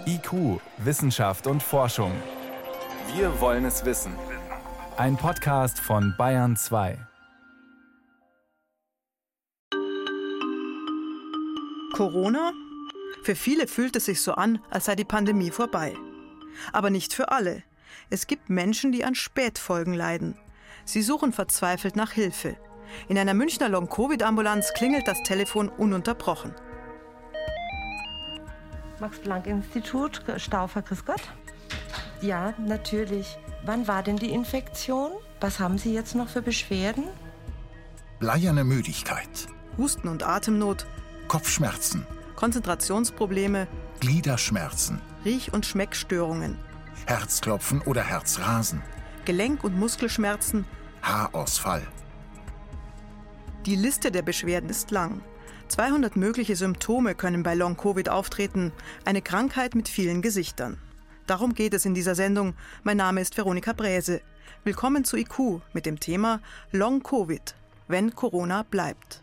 IQ, Wissenschaft und Forschung. Wir wollen es wissen. Ein Podcast von Bayern 2. Corona? Für viele fühlt es sich so an, als sei die Pandemie vorbei. Aber nicht für alle. Es gibt Menschen, die an Spätfolgen leiden. Sie suchen verzweifelt nach Hilfe. In einer Münchner Long-Covid-Ambulanz klingelt das Telefon ununterbrochen. Max-Planck-Institut, Stauffer, grüß Gott. Ja, natürlich. Wann war denn die Infektion? Was haben Sie jetzt noch für Beschwerden? Bleierne Müdigkeit, Husten und Atemnot, Kopfschmerzen, Konzentrationsprobleme, Gliederschmerzen, Riech- und Schmeckstörungen, Herzklopfen oder Herzrasen, Gelenk- und Muskelschmerzen. Haarausfall. Die Liste der Beschwerden ist lang. 200 mögliche Symptome können bei Long-Covid auftreten, eine Krankheit mit vielen Gesichtern. Darum geht es in dieser Sendung. Mein Name ist Veronika Bräse. Willkommen zu IQ mit dem Thema Long-Covid, wenn Corona bleibt.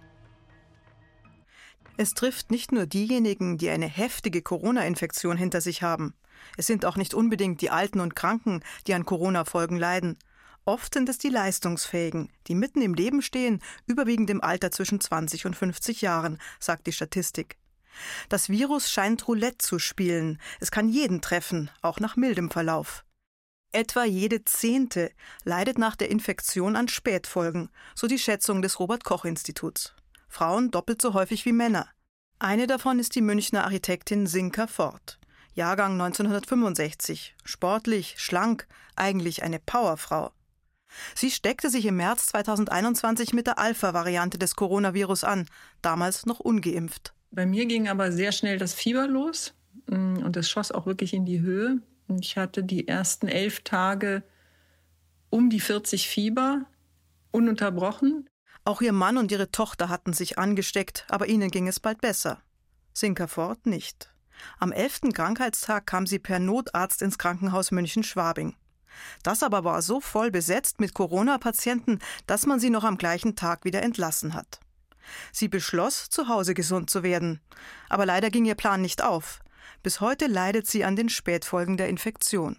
Es trifft nicht nur diejenigen, die eine heftige Corona-Infektion hinter sich haben. Es sind auch nicht unbedingt die Alten und Kranken, die an Corona-Folgen leiden. Oft sind es die Leistungsfähigen, die mitten im Leben stehen, überwiegend im Alter zwischen 20 und 50 Jahren, sagt die Statistik. Das Virus scheint Roulette zu spielen. Es kann jeden treffen, auch nach mildem Verlauf. Etwa jede 10. leidet nach der Infektion an Spätfolgen, so die Schätzung des Robert-Koch-Instituts. Frauen doppelt so häufig wie Männer. Eine davon ist die Münchner Architektin Sinka Ford. Jahrgang 1965, sportlich, schlank, eigentlich eine Powerfrau. Sie steckte sich im März 2021 mit der Alpha-Variante des Coronavirus an, damals noch ungeimpft. Bei mir ging aber sehr schnell das Fieber los und es schoss auch wirklich in die Höhe. Ich hatte die ersten 11 Tage um die 40 Fieber, ununterbrochen. Auch ihr Mann und ihre Tochter hatten sich angesteckt, aber ihnen ging es bald besser. Sinka Ford nicht. Am 11. Krankheitstag kam sie per Notarzt ins Krankenhaus München-Schwabing. Das aber war so voll besetzt mit Corona-Patienten, dass man sie noch am gleichen Tag wieder entlassen hat. Sie beschloss, zu Hause gesund zu werden. Aber leider ging ihr Plan nicht auf. Bis heute leidet sie an den Spätfolgen der Infektion.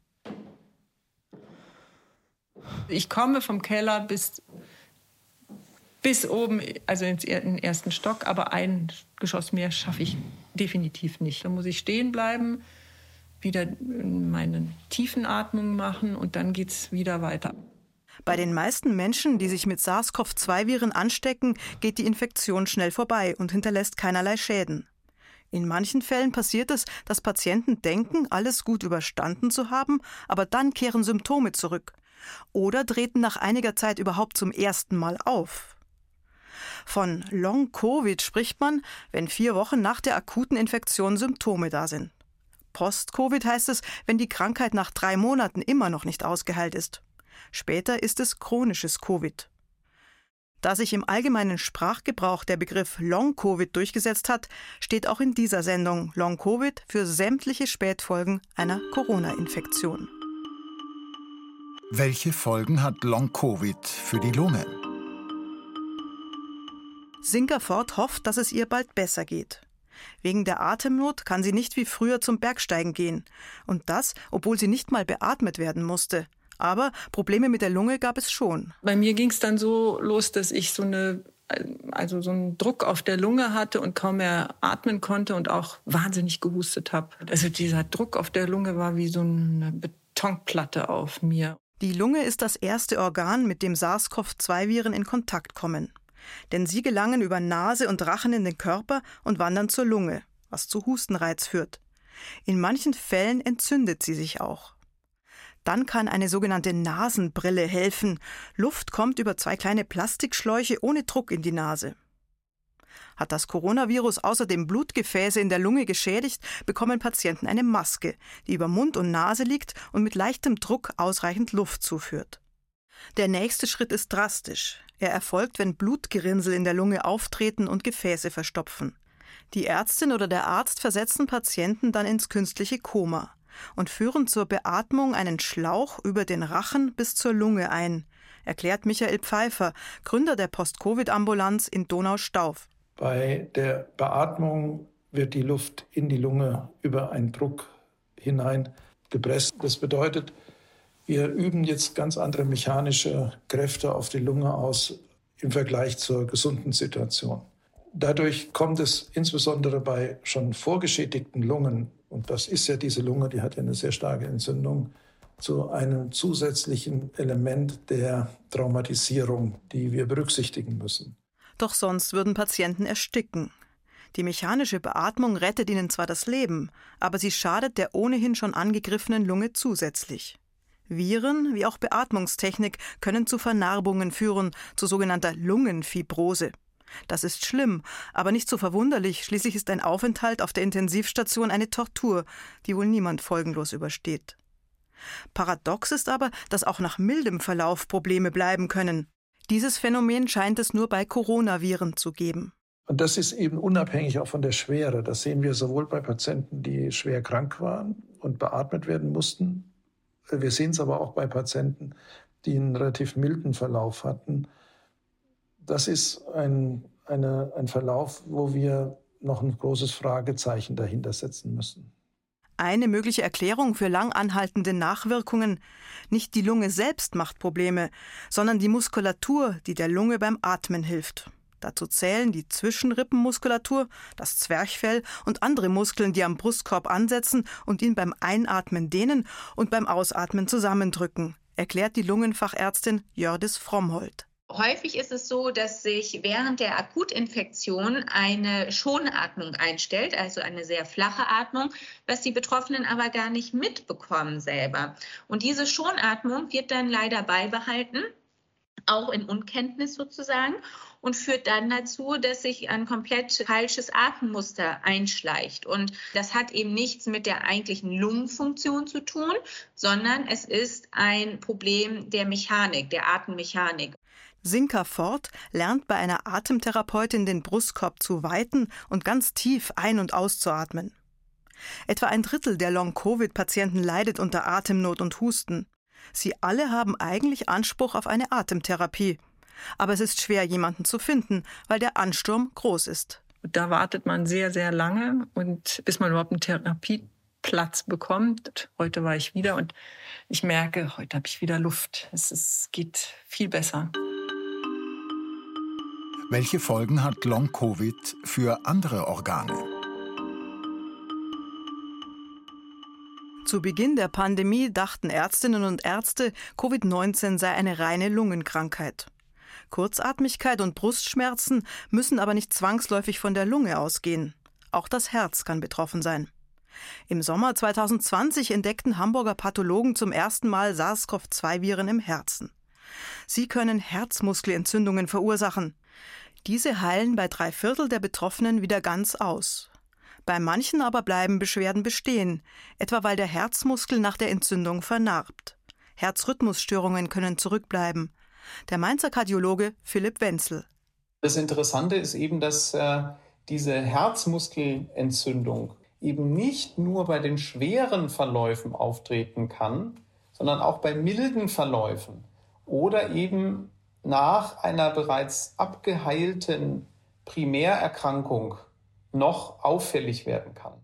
Ich komme vom Keller bis oben, also in den ersten Stock, aber ein Geschoss mehr schaffe ich definitiv nicht. Da muss ich stehen bleiben, wieder meine Tiefenatmung machen und dann geht's wieder weiter. Bei den meisten Menschen, die sich mit SARS-CoV-2-Viren anstecken, geht die Infektion schnell vorbei und hinterlässt keinerlei Schäden. In manchen Fällen passiert es, dass Patienten denken, alles gut überstanden zu haben, aber dann kehren Symptome zurück oder treten nach einiger Zeit überhaupt zum ersten Mal auf. Von Long-Covid spricht man, wenn 4 Wochen nach der akuten Infektion Symptome da sind. Post-Covid heißt es, wenn die Krankheit nach 3 Monaten immer noch nicht ausgeheilt ist. Später ist es chronisches Covid. Da sich im allgemeinen Sprachgebrauch der Begriff Long-Covid durchgesetzt hat, steht auch in dieser Sendung Long-Covid für sämtliche Spätfolgen einer Corona-Infektion. Welche Folgen hat Long-Covid für die Lunge? Sinka Ford hofft, dass es ihr bald besser geht. Wegen der Atemnot kann sie nicht wie früher zum Bergsteigen gehen. Und das, obwohl sie nicht mal beatmet werden musste. Aber Probleme mit der Lunge gab es schon. Bei mir ging es dann so los, dass ich so einen Druck auf der Lunge hatte und kaum mehr atmen konnte und auch wahnsinnig gehustet habe. Also dieser Druck auf der Lunge war wie so eine Betonplatte auf mir. Die Lunge ist das erste Organ, mit dem SARS-CoV-2-Viren in Kontakt kommen. Denn sie gelangen über Nase und Rachen in den Körper und wandern zur Lunge, was zu Hustenreiz führt. In manchen Fällen entzündet sie sich auch. Dann kann eine sogenannte Nasenbrille helfen. Luft kommt über 2 kleine Plastikschläuche ohne Druck in die Nase. Hat das Coronavirus außerdem Blutgefäße in der Lunge geschädigt, bekommen Patienten eine Maske, die über Mund und Nase liegt und mit leichtem Druck ausreichend Luft zuführt. Der nächste Schritt ist drastisch. Er erfolgt, wenn Blutgerinnsel in der Lunge auftreten und Gefäße verstopfen. Die Ärztin oder der Arzt versetzen Patienten dann ins künstliche Koma und führen zur Beatmung einen Schlauch über den Rachen bis zur Lunge ein, erklärt Michael Pfeiffer, Gründer der Post-Covid-Ambulanz in Donaustauf. Bei der Beatmung wird die Luft in die Lunge über einen Druck hinein gepresst. Das bedeutet, wir üben jetzt ganz andere mechanische Kräfte auf die Lunge aus im Vergleich zur gesunden Situation. Dadurch kommt es insbesondere bei schon vorgeschädigten Lungen, und das ist ja diese Lunge, die hat ja eine sehr starke Entzündung, zu einem zusätzlichen Element der Traumatisierung, die wir berücksichtigen müssen. Doch sonst würden Patienten ersticken. Die mechanische Beatmung rettet ihnen zwar das Leben, aber sie schadet der ohnehin schon angegriffenen Lunge zusätzlich. Viren wie auch Beatmungstechnik können zu Vernarbungen führen, zu sogenannter Lungenfibrose. Das ist schlimm, aber nicht so verwunderlich, schließlich ist ein Aufenthalt auf der Intensivstation eine Tortur, die wohl niemand folgenlos übersteht. Paradox ist aber, dass auch nach mildem Verlauf Probleme bleiben können. Dieses Phänomen scheint es nur bei Coronaviren zu geben. Und das ist eben unabhängig auch von der Schwere. Das sehen wir sowohl bei Patienten, die schwer krank waren und beatmet werden mussten. Wir sehen es aber auch bei Patienten, die einen relativ milden Verlauf hatten. Das ist ein Verlauf, wo wir noch ein großes Fragezeichen dahinter setzen müssen. Eine mögliche Erklärung für lang anhaltende Nachwirkungen: nicht die Lunge selbst macht Probleme, sondern die Muskulatur, die der Lunge beim Atmen hilft. Dazu zählen die Zwischenrippenmuskulatur, das Zwerchfell und andere Muskeln, die am Brustkorb ansetzen und ihn beim Einatmen dehnen und beim Ausatmen zusammendrücken, erklärt die Lungenfachärztin Jördis Frommholt. Häufig ist es so, dass sich während der Akutinfektion eine Schonatmung einstellt, also eine sehr flache Atmung, was die Betroffenen aber gar nicht mitbekommen selber. Und diese Schonatmung wird dann leider beibehalten, auch in Unkenntnis sozusagen, und führt dann dazu, dass sich ein komplett falsches Atemmuster einschleicht. Und das hat eben nichts mit der eigentlichen Lungenfunktion zu tun, sondern es ist ein Problem der Mechanik, der Atemmechanik. Sinka Ford lernt bei einer Atemtherapeutin, den Brustkorb zu weiten und ganz tief ein- und auszuatmen. Etwa 1/3 der Long-Covid-Patienten leidet unter Atemnot und Husten. Sie alle haben eigentlich Anspruch auf eine Atemtherapie. Aber es ist schwer, jemanden zu finden, weil der Ansturm groß ist. Da wartet man sehr, sehr lange, und bis man überhaupt einen Therapieplatz bekommt. Heute war ich wieder und ich merke, heute habe ich wieder Luft. Es geht viel besser. Welche Folgen hat Long-Covid für andere Organe? Zu Beginn der Pandemie dachten Ärztinnen und Ärzte, Covid-19 sei eine reine Lungenkrankheit. Kurzatmigkeit und Brustschmerzen müssen aber nicht zwangsläufig von der Lunge ausgehen. Auch das Herz kann betroffen sein. Im Sommer 2020 entdeckten Hamburger Pathologen zum ersten Mal SARS-CoV-2-Viren im Herzen. Sie können Herzmuskelentzündungen verursachen. Diese heilen bei 3/4 der Betroffenen wieder ganz aus. Bei manchen aber bleiben Beschwerden bestehen, etwa weil der Herzmuskel nach der Entzündung vernarbt. Herzrhythmusstörungen können zurückbleiben. Der Mainzer Kardiologe Philipp Wenzel. Das Interessante ist eben, dass diese Herzmuskelentzündung eben nicht nur bei den schweren Verläufen auftreten kann, sondern auch bei milden Verläufen oder eben nach einer bereits abgeheilten Primärerkrankung noch auffällig werden kann.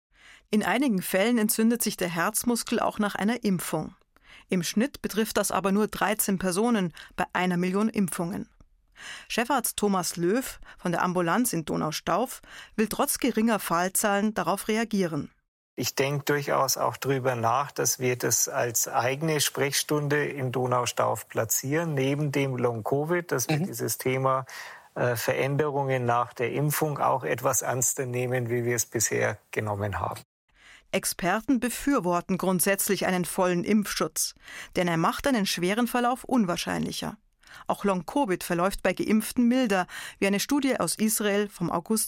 In einigen Fällen entzündet sich der Herzmuskel auch nach einer Impfung. Im Schnitt betrifft das aber nur 13 Personen bei 1 Million Impfungen. Chefarzt Thomas Löw von der Ambulanz in Donaustauf will trotz geringer Fallzahlen darauf reagieren. Ich denke durchaus auch darüber nach, dass wir das als eigene Sprechstunde in Donaustauf platzieren, neben dem Long-Covid, dass wir dieses Thema Veränderungen nach der Impfung auch etwas ernster nehmen, wie wir es bisher genommen haben. Experten befürworten grundsätzlich einen vollen Impfschutz, denn er macht einen schweren Verlauf unwahrscheinlicher. Auch Long-Covid verläuft bei Geimpften milder, wie eine Studie aus Israel vom August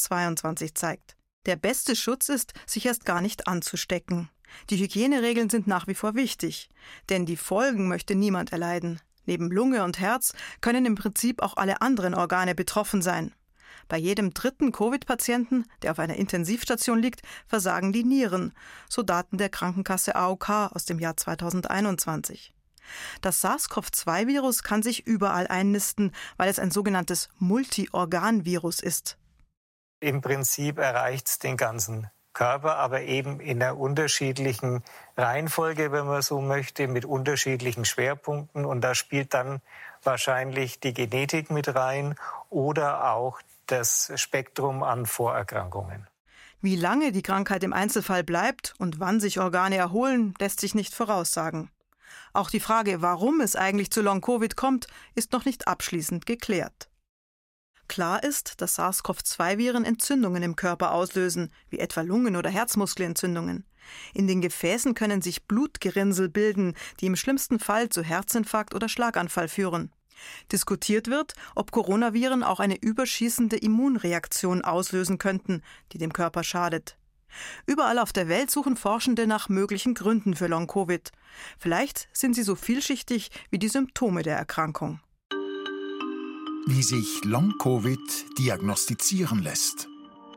2022 zeigt. Der beste Schutz ist, sich erst gar nicht anzustecken. Die Hygieneregeln sind nach wie vor wichtig, denn die Folgen möchte niemand erleiden. Neben Lunge und Herz können im Prinzip auch alle anderen Organe betroffen sein. Bei jedem 3. Covid-Patienten, der auf einer Intensivstation liegt, versagen die Nieren, so Daten der Krankenkasse AOK aus dem Jahr 2021. Das SARS-CoV-2-Virus kann sich überall einnisten, weil es ein sogenanntes Multiorgan-Virus ist. Im Prinzip erreicht es den ganzen Körper, aber eben in einer unterschiedlichen Reihenfolge, wenn man so möchte, mit unterschiedlichen Schwerpunkten. Und da spielt dann wahrscheinlich die Genetik mit rein oder auch das Spektrum an Vorerkrankungen. Wie lange die Krankheit im Einzelfall bleibt und wann sich Organe erholen, lässt sich nicht voraussagen. Auch die Frage, warum es eigentlich zu Long-Covid kommt, ist noch nicht abschließend geklärt. Klar ist, dass SARS-CoV-2-Viren Entzündungen im Körper auslösen, wie etwa Lungen- oder Herzmuskelentzündungen. In den Gefäßen können sich Blutgerinnsel bilden, die im schlimmsten Fall zu Herzinfarkt oder Schlaganfall führen. Diskutiert wird, ob Coronaviren auch eine überschießende Immunreaktion auslösen könnten, die dem Körper schadet. Überall auf der Welt suchen Forschende nach möglichen Gründen für Long-Covid. Vielleicht sind sie so vielschichtig wie die Symptome der Erkrankung. Wie sich Long-Covid diagnostizieren lässt.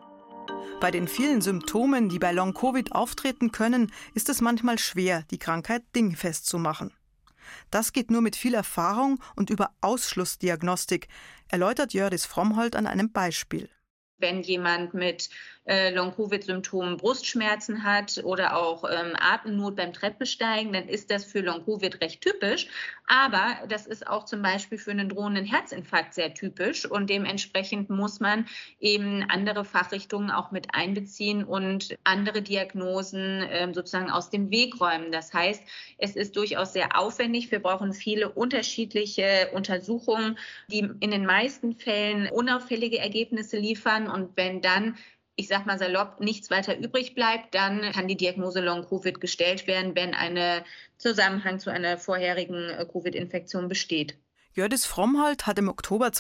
Bei den vielen Symptomen, die bei Long-Covid auftreten können, ist es manchmal schwer, die Krankheit dingfest zu machen. Das geht nur mit viel Erfahrung und über Ausschlussdiagnostik, erläutert Jördis Frommholt an einem Beispiel. Wenn jemand mit Long-Covid-Symptomen Brustschmerzen hat oder auch Atemnot beim Treppensteigen, dann ist das für Long-Covid recht typisch. Aber das ist auch zum Beispiel für einen drohenden Herzinfarkt sehr typisch. Und dementsprechend muss man eben andere Fachrichtungen auch mit einbeziehen und andere Diagnosen sozusagen aus dem Weg räumen. Das heißt, es ist durchaus sehr aufwendig. Wir brauchen viele unterschiedliche Untersuchungen, die in den meisten Fällen unauffällige Ergebnisse liefern. Und wenn dann, ich sag mal salopp, nichts weiter übrig bleibt, dann kann die Diagnose Long-Covid gestellt werden, wenn ein Zusammenhang zu einer vorherigen Covid-Infektion besteht. Jördis Frommholt hat im Oktober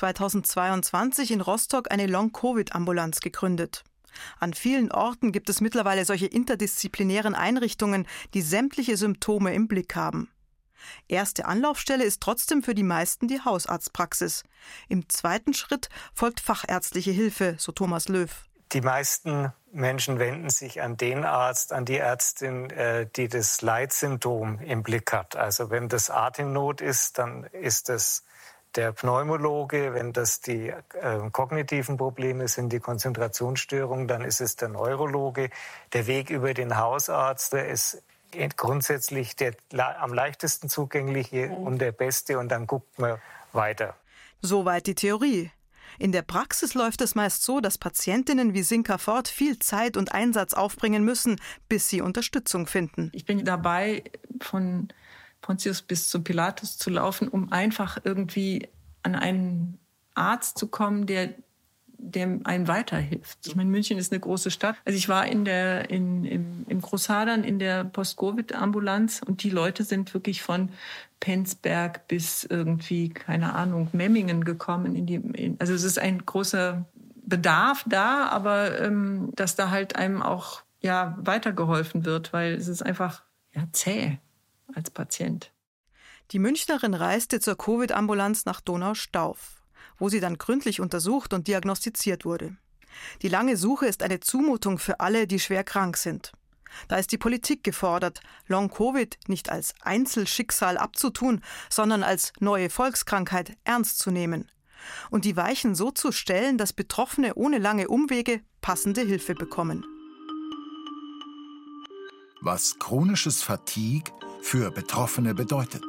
2022 in Rostock eine Long-Covid-Ambulanz gegründet. An vielen Orten gibt es mittlerweile solche interdisziplinären Einrichtungen, die sämtliche Symptome im Blick haben. Erste Anlaufstelle ist trotzdem für die meisten die Hausarztpraxis. Im zweiten Schritt folgt fachärztliche Hilfe, so Thomas Löw. Die meisten Menschen wenden sich an den Arzt, an die Ärztin, die das Leitsymptom im Blick hat. Also wenn das Atemnot ist, dann ist das der Pneumologe. Wenn das die kognitiven Probleme sind, die Konzentrationsstörungen, dann ist es der Neurologe. Der Weg über den Hausarzt, der ist grundsätzlich der am leichtesten zugängliche und der beste, und dann guckt man weiter. Soweit die Theorie. In der Praxis läuft es meist so, dass Patientinnen wie Sinka Ford viel Zeit und Einsatz aufbringen müssen, bis sie Unterstützung finden. Ich bin dabei, von Pontius bis zu Pilatus zu laufen, um einfach irgendwie an einen Arzt zu kommen, der einem weiterhilft. Ich meine, München ist eine große Stadt. Also ich war im Großhadern in der Post-Covid-Ambulanz und die Leute sind wirklich von Penzberg bis irgendwie, keine Ahnung, Memmingen gekommen. Also es ist ein großer Bedarf da, aber dass da halt einem auch weitergeholfen wird, weil es ist einfach zäh als Patient. Die Münchnerin reiste zur Covid-Ambulanz nach Donaustauf, wo sie dann gründlich untersucht und diagnostiziert wurde. Die lange Suche ist eine Zumutung für alle, die schwer krank sind. Da ist die Politik gefordert, Long-Covid nicht als Einzelschicksal abzutun, sondern als neue Volkskrankheit ernst zu nehmen und die Weichen so zu stellen, dass Betroffene ohne lange Umwege passende Hilfe bekommen. Was chronisches Fatigue für Betroffene bedeutet.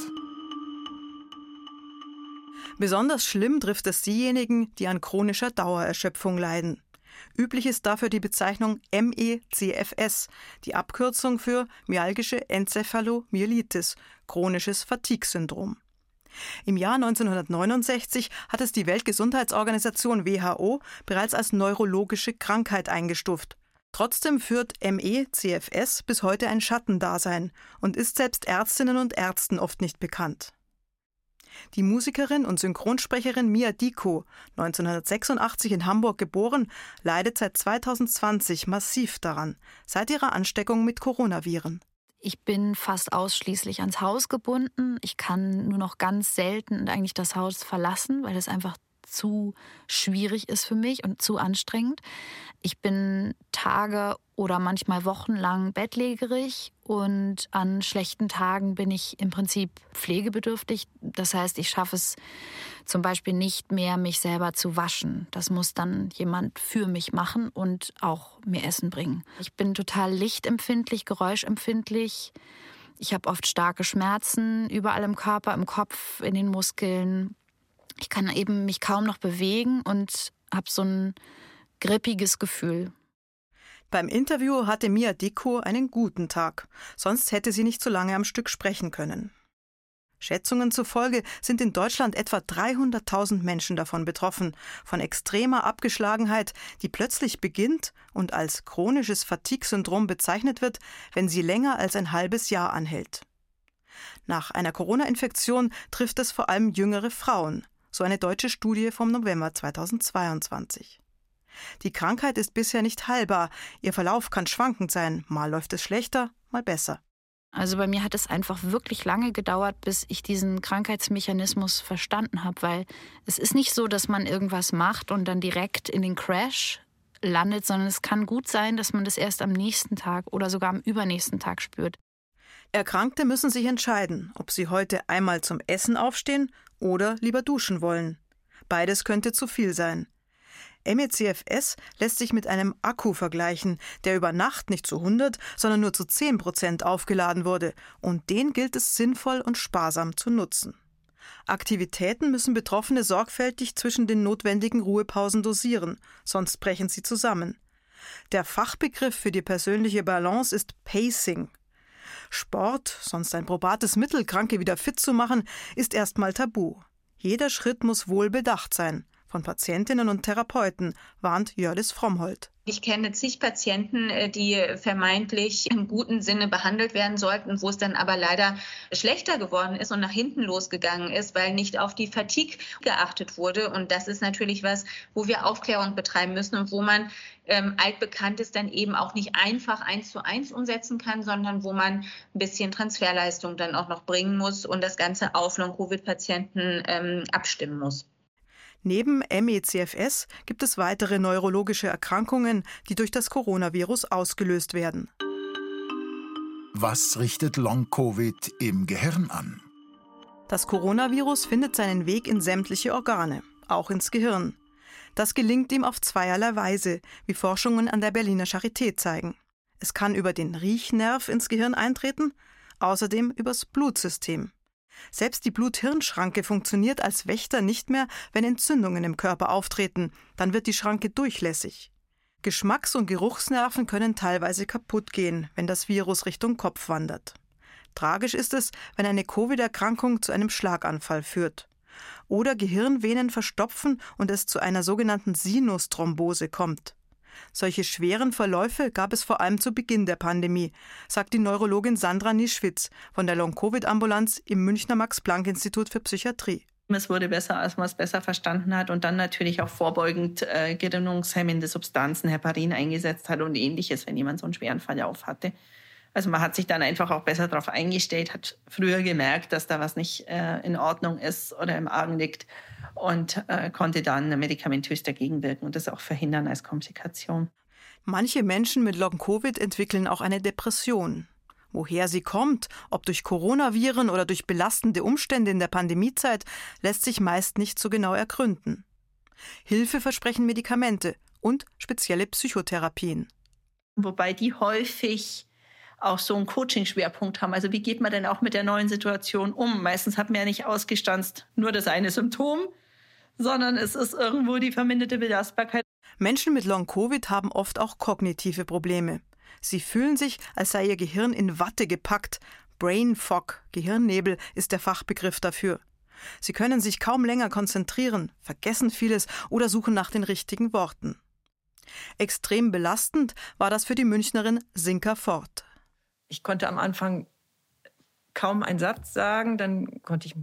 Besonders schlimm trifft es diejenigen, die an chronischer Dauererschöpfung leiden. Üblich ist dafür die Bezeichnung MECFS, die Abkürzung für myalgische Enzephalomyelitis, chronisches Fatigue-Syndrom. Im Jahr 1969 hat es die Weltgesundheitsorganisation WHO bereits als neurologische Krankheit eingestuft. Trotzdem führt MECFS bis heute ein Schattendasein und ist selbst Ärztinnen und Ärzten oft nicht bekannt. Die Musikerin und Synchronsprecherin Mia Dicko, 1986 in Hamburg geboren, leidet seit 2020 massiv daran, seit ihrer Ansteckung mit Coronaviren. Ich bin fast ausschließlich ans Haus gebunden. Ich kann nur noch ganz selten eigentlich das Haus verlassen, weil es einfach zu schwierig ist für mich und zu anstrengend. Ich bin Tage oder manchmal wochenlang bettlägerig und an schlechten Tagen bin ich im Prinzip pflegebedürftig. Das heißt, ich schaffe es zum Beispiel nicht mehr mich selber zu waschen. Das muss dann jemand für mich machen und auch mir Essen bringen. Ich bin total lichtempfindlich, geräuschempfindlich. Ich habe oft starke Schmerzen überall im Körper, im Kopf, in den Muskeln. Ich kann eben mich kaum noch bewegen und habe so ein grippiges Gefühl. Beim Interview hatte Mia Dicko einen guten Tag. Sonst hätte sie nicht so lange am Stück sprechen können. Schätzungen zufolge sind in Deutschland etwa 300.000 Menschen davon betroffen, von extremer Abgeschlagenheit, die plötzlich beginnt und als chronisches Fatigue-Syndrom bezeichnet wird, wenn sie länger als ein halbes Jahr anhält. Nach einer Corona-Infektion trifft es vor allem jüngere Frauen, so eine deutsche Studie vom November 2022. Die Krankheit ist bisher nicht heilbar, ihr Verlauf kann schwankend sein, mal läuft es schlechter, mal besser. Also bei mir hat es einfach wirklich lange gedauert, bis ich diesen Krankheitsmechanismus verstanden habe, weil es ist nicht so, dass man irgendwas macht und dann direkt in den Crash landet, sondern es kann gut sein, dass man das erst am nächsten Tag oder sogar am übernächsten Tag spürt. Erkrankte müssen sich entscheiden, ob sie heute einmal zum Essen aufstehen oder lieber duschen wollen. Beides könnte zu viel sein. ME/CFS lässt sich mit einem Akku vergleichen, der über Nacht nicht zu 100, sondern nur zu 10% aufgeladen wurde. Und den gilt es sinnvoll und sparsam zu nutzen. Aktivitäten müssen Betroffene sorgfältig zwischen den notwendigen Ruhepausen dosieren, sonst brechen sie zusammen. Der Fachbegriff für die persönliche Balance ist Pacing. Sport, sonst ein probates Mittel, Kranke wieder fit zu machen, ist erstmal tabu. Jeder Schritt muss wohl bedacht sein. Von Patientinnen und Therapeuten, warnt Jördis Frommholt. Ich kenne zig Patienten, die vermeintlich im guten Sinne behandelt werden sollten, wo es dann aber leider schlechter geworden ist und nach hinten losgegangen ist, weil nicht auf die Fatigue geachtet wurde. Und das ist natürlich was, wo wir Aufklärung betreiben müssen und wo man Altbekanntes dann eben auch nicht einfach 1:1 umsetzen kann, sondern wo man ein bisschen Transferleistung dann auch noch bringen muss und das Ganze auf Long-Covid-Patienten abstimmen muss. Neben ME/CFS gibt es weitere neurologische Erkrankungen, die durch das Coronavirus ausgelöst werden. Was richtet Long-Covid im Gehirn an? Das Coronavirus findet seinen Weg in sämtliche Organe, auch ins Gehirn. Das gelingt ihm auf zweierlei Weise, wie Forschungen an der Berliner Charité zeigen. Es kann über den Riechnerv ins Gehirn eintreten, außerdem übers Blutsystem. Selbst die Blut-Hirn-Schranke funktioniert als Wächter nicht mehr, wenn Entzündungen im Körper auftreten. Dann wird die Schranke durchlässig. Geschmacks- und Geruchsnerven können teilweise kaputt gehen, wenn das Virus Richtung Kopf wandert. Tragisch ist es, wenn eine Covid-Erkrankung zu einem Schlaganfall führt. Oder Gehirnvenen verstopfen und es zu einer sogenannten Sinusthrombose kommt. Solche schweren Verläufe gab es vor allem zu Beginn der Pandemie, sagt die Neurologin Sandra Nischwitz von der Long-Covid-Ambulanz im Münchner Max-Planck-Institut für Psychiatrie. Es wurde besser, als man es besser verstanden hat und dann natürlich auch vorbeugend gerinnungshemmende Substanzen, Heparin eingesetzt hat und Ähnliches, wenn jemand so einen schweren Verlauf hatte. Also man hat sich dann einfach auch besser darauf eingestellt, hat früher gemerkt, dass da was nicht in Ordnung ist oder im Argen liegt und konnte dann medikamentös dagegen wirken und das auch verhindern als Komplikation. Manche Menschen mit Long-Covid entwickeln auch eine Depression. Woher sie kommt, ob durch Coronaviren oder durch belastende Umstände in der Pandemiezeit, lässt sich meist nicht so genau ergründen. Hilfe versprechen Medikamente und spezielle Psychotherapien. Wobei die häufig auch so einen Coaching-Schwerpunkt haben. Also wie geht man denn auch mit der neuen Situation um? Meistens hat man ja nicht ausgestanzt nur das eine Symptom, sondern es ist irgendwo die verminderte Belastbarkeit. Menschen mit Long-Covid haben oft auch kognitive Probleme. Sie fühlen sich, als sei ihr Gehirn in Watte gepackt. Brain Fog, Gehirnnebel, ist der Fachbegriff dafür. Sie können sich kaum länger konzentrieren, vergessen vieles oder suchen nach den richtigen Worten. Extrem belastend war das für die Münchnerin Sinka Fort. Ich konnte am Anfang kaum einen Satz sagen, dann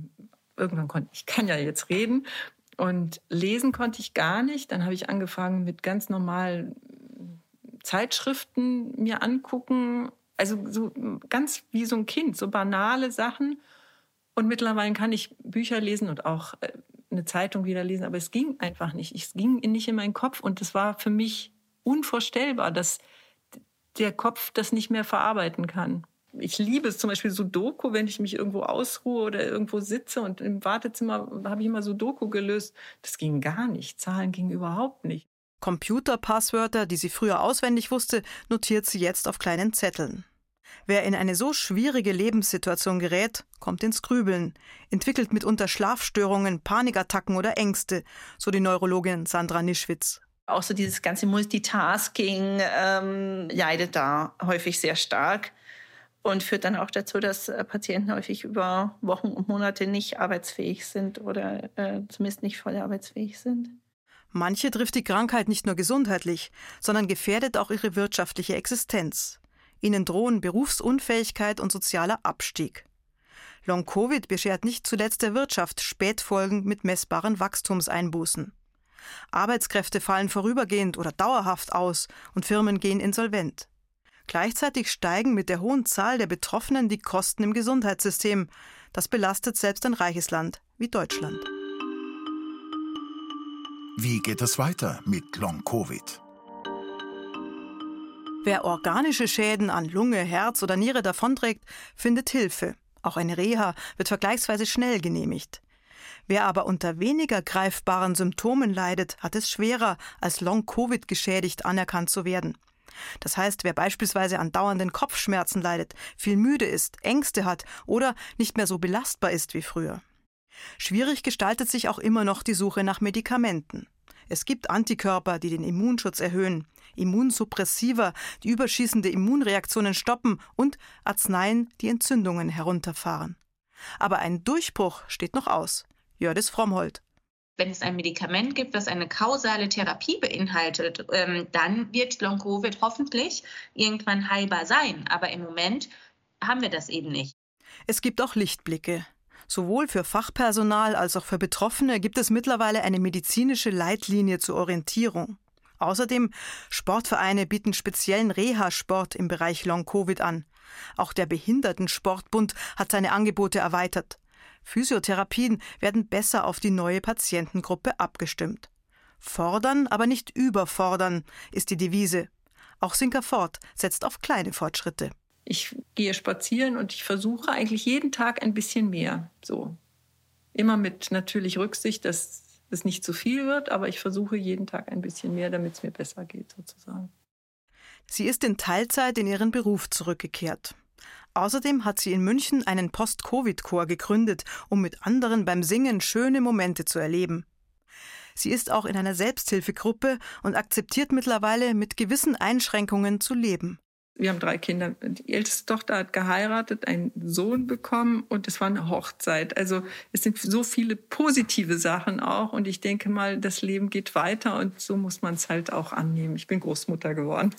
ich kann ja jetzt reden und lesen konnte ich gar nicht. Dann habe ich angefangen mit ganz normalen Zeitschriften mir angucken, also so ganz wie so ein Kind, so banale Sachen. Und mittlerweile kann ich Bücher lesen und auch eine Zeitung wieder lesen, aber es ging einfach nicht. Es ging nicht in meinen Kopf und es war für mich unvorstellbar, dass der Kopf das nicht mehr verarbeiten kann. Ich liebe es zum Beispiel Sudoku, wenn ich mich irgendwo ausruhe oder irgendwo sitze und im Wartezimmer habe ich immer Sudoku gelöst. Das ging gar nicht. Zahlen gingen überhaupt nicht. Computerpasswörter, die sie früher auswendig wusste, notiert sie jetzt auf kleinen Zetteln. Wer in eine so schwierige Lebenssituation gerät, kommt ins Grübeln, entwickelt mitunter Schlafstörungen, Panikattacken oder Ängste, so die Neurologin Sandra Nischwitz. Auch so dieses ganze Multitasking leidet da häufig sehr stark und führt dann auch dazu, dass Patienten häufig über Wochen und Monate nicht arbeitsfähig sind oder zumindest nicht voll arbeitsfähig sind. Manche trifft die Krankheit nicht nur gesundheitlich, sondern gefährdet auch ihre wirtschaftliche Existenz. Ihnen drohen Berufsunfähigkeit und sozialer Abstieg. Long-Covid beschert nicht zuletzt der Wirtschaft Spätfolgen mit messbaren Wachstumseinbußen. Arbeitskräfte fallen vorübergehend oder dauerhaft aus und Firmen gehen insolvent. Gleichzeitig steigen mit der hohen Zahl der Betroffenen die Kosten im Gesundheitssystem. Das belastet selbst ein reiches Land wie Deutschland. Wie geht es weiter mit Long-Covid? Wer organische Schäden an Lunge, Herz oder Niere davonträgt, findet Hilfe. Auch eine Reha wird vergleichsweise schnell genehmigt. Wer aber unter weniger greifbaren Symptomen leidet, hat es schwerer, als Long-Covid geschädigt anerkannt zu werden. Das heißt, wer beispielsweise an dauernden Kopfschmerzen leidet, viel müde ist, Ängste hat oder nicht mehr so belastbar ist wie früher. Schwierig gestaltet sich auch immer noch die Suche nach Medikamenten. Es gibt Antikörper, die den Immunschutz erhöhen, Immunsuppressiva, die überschießende Immunreaktionen stoppen und Arzneien, die Entzündungen herunterfahren. Aber ein Durchbruch steht noch aus. Jördis Frommholt. Wenn es ein Medikament gibt, das eine kausale Therapie beinhaltet, dann wird Long-Covid hoffentlich irgendwann heilbar sein. Aber im Moment haben wir das eben nicht. Es gibt auch Lichtblicke. Sowohl für Fachpersonal als auch für Betroffene gibt es mittlerweile eine medizinische Leitlinie zur Orientierung. Außerdem, Sportvereine bieten speziellen Reha-Sport im Bereich Long-Covid an. Auch der Behindertensportbund hat seine Angebote erweitert. Physiotherapien werden besser auf die neue Patientengruppe abgestimmt. Fordern, aber nicht überfordern, ist die Devise. Auch Sinka Ford setzt auf kleine Fortschritte. Ich gehe spazieren und ich versuche eigentlich jeden Tag ein bisschen mehr. So. Immer mit natürlich Rücksicht, dass es nicht zu viel wird, aber ich versuche jeden Tag ein bisschen mehr, damit es mir besser geht, sozusagen. Sie ist in Teilzeit in ihren Beruf zurückgekehrt. Außerdem hat sie in München einen Post-Covid-Chor gegründet, um mit anderen beim Singen schöne Momente zu erleben. Sie ist auch in einer Selbsthilfegruppe und akzeptiert mittlerweile, mit gewissen Einschränkungen zu leben. Wir haben 3 Kinder. Die älteste Tochter hat geheiratet, einen Sohn bekommen und es war eine Hochzeit. Also es sind so viele positive Sachen auch und ich denke mal, das Leben geht weiter und so muss man es halt auch annehmen. Ich bin Großmutter geworden.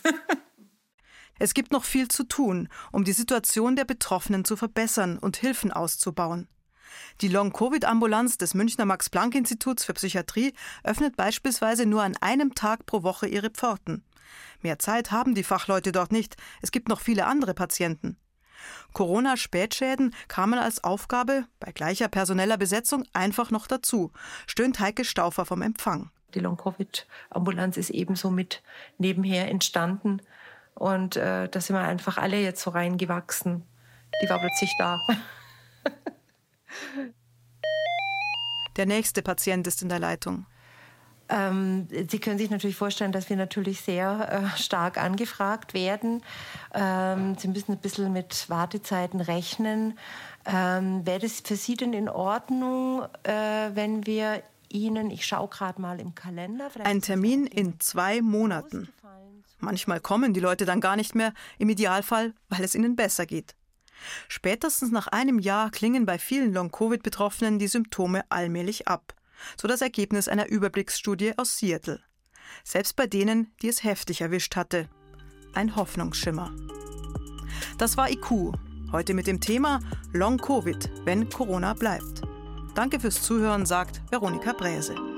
Es gibt noch viel zu tun, um die Situation der Betroffenen zu verbessern und Hilfen auszubauen. Die Long-Covid-Ambulanz des Münchner Max-Planck-Instituts für Psychiatrie öffnet beispielsweise nur an einem Tag pro Woche ihre Pforten. Mehr Zeit haben die Fachleute dort nicht. Es gibt noch viele andere Patienten. Corona-Spätschäden kamen als Aufgabe bei gleicher personeller Besetzung einfach noch dazu, stöhnt Heike Stauffer vom Empfang. Die Long-Covid-Ambulanz ist ebenso mit nebenher entstanden. Und da sind wir einfach alle jetzt so reingewachsen. Die war plötzlich da. Der nächste Patient ist in der Leitung. Sie können sich natürlich vorstellen, dass wir natürlich sehr stark angefragt werden. Sie müssen ein bisschen mit Wartezeiten rechnen. Wäre das für Sie denn in Ordnung, wenn wir Ihnen, ich schaue gerade mal im Kalender. Ein Termin in 2 Monaten. Manchmal kommen die Leute dann gar nicht mehr, im Idealfall, weil es ihnen besser geht. Spätestens nach einem Jahr klingen bei vielen Long-Covid-Betroffenen die Symptome allmählich ab. So das Ergebnis einer Überblicksstudie aus Seattle. Selbst bei denen, die es heftig erwischt hatte. Ein Hoffnungsschimmer. Das war IQ. Heute mit dem Thema Long-Covid, wenn Corona bleibt. Danke fürs Zuhören, sagt Veronika Bräse.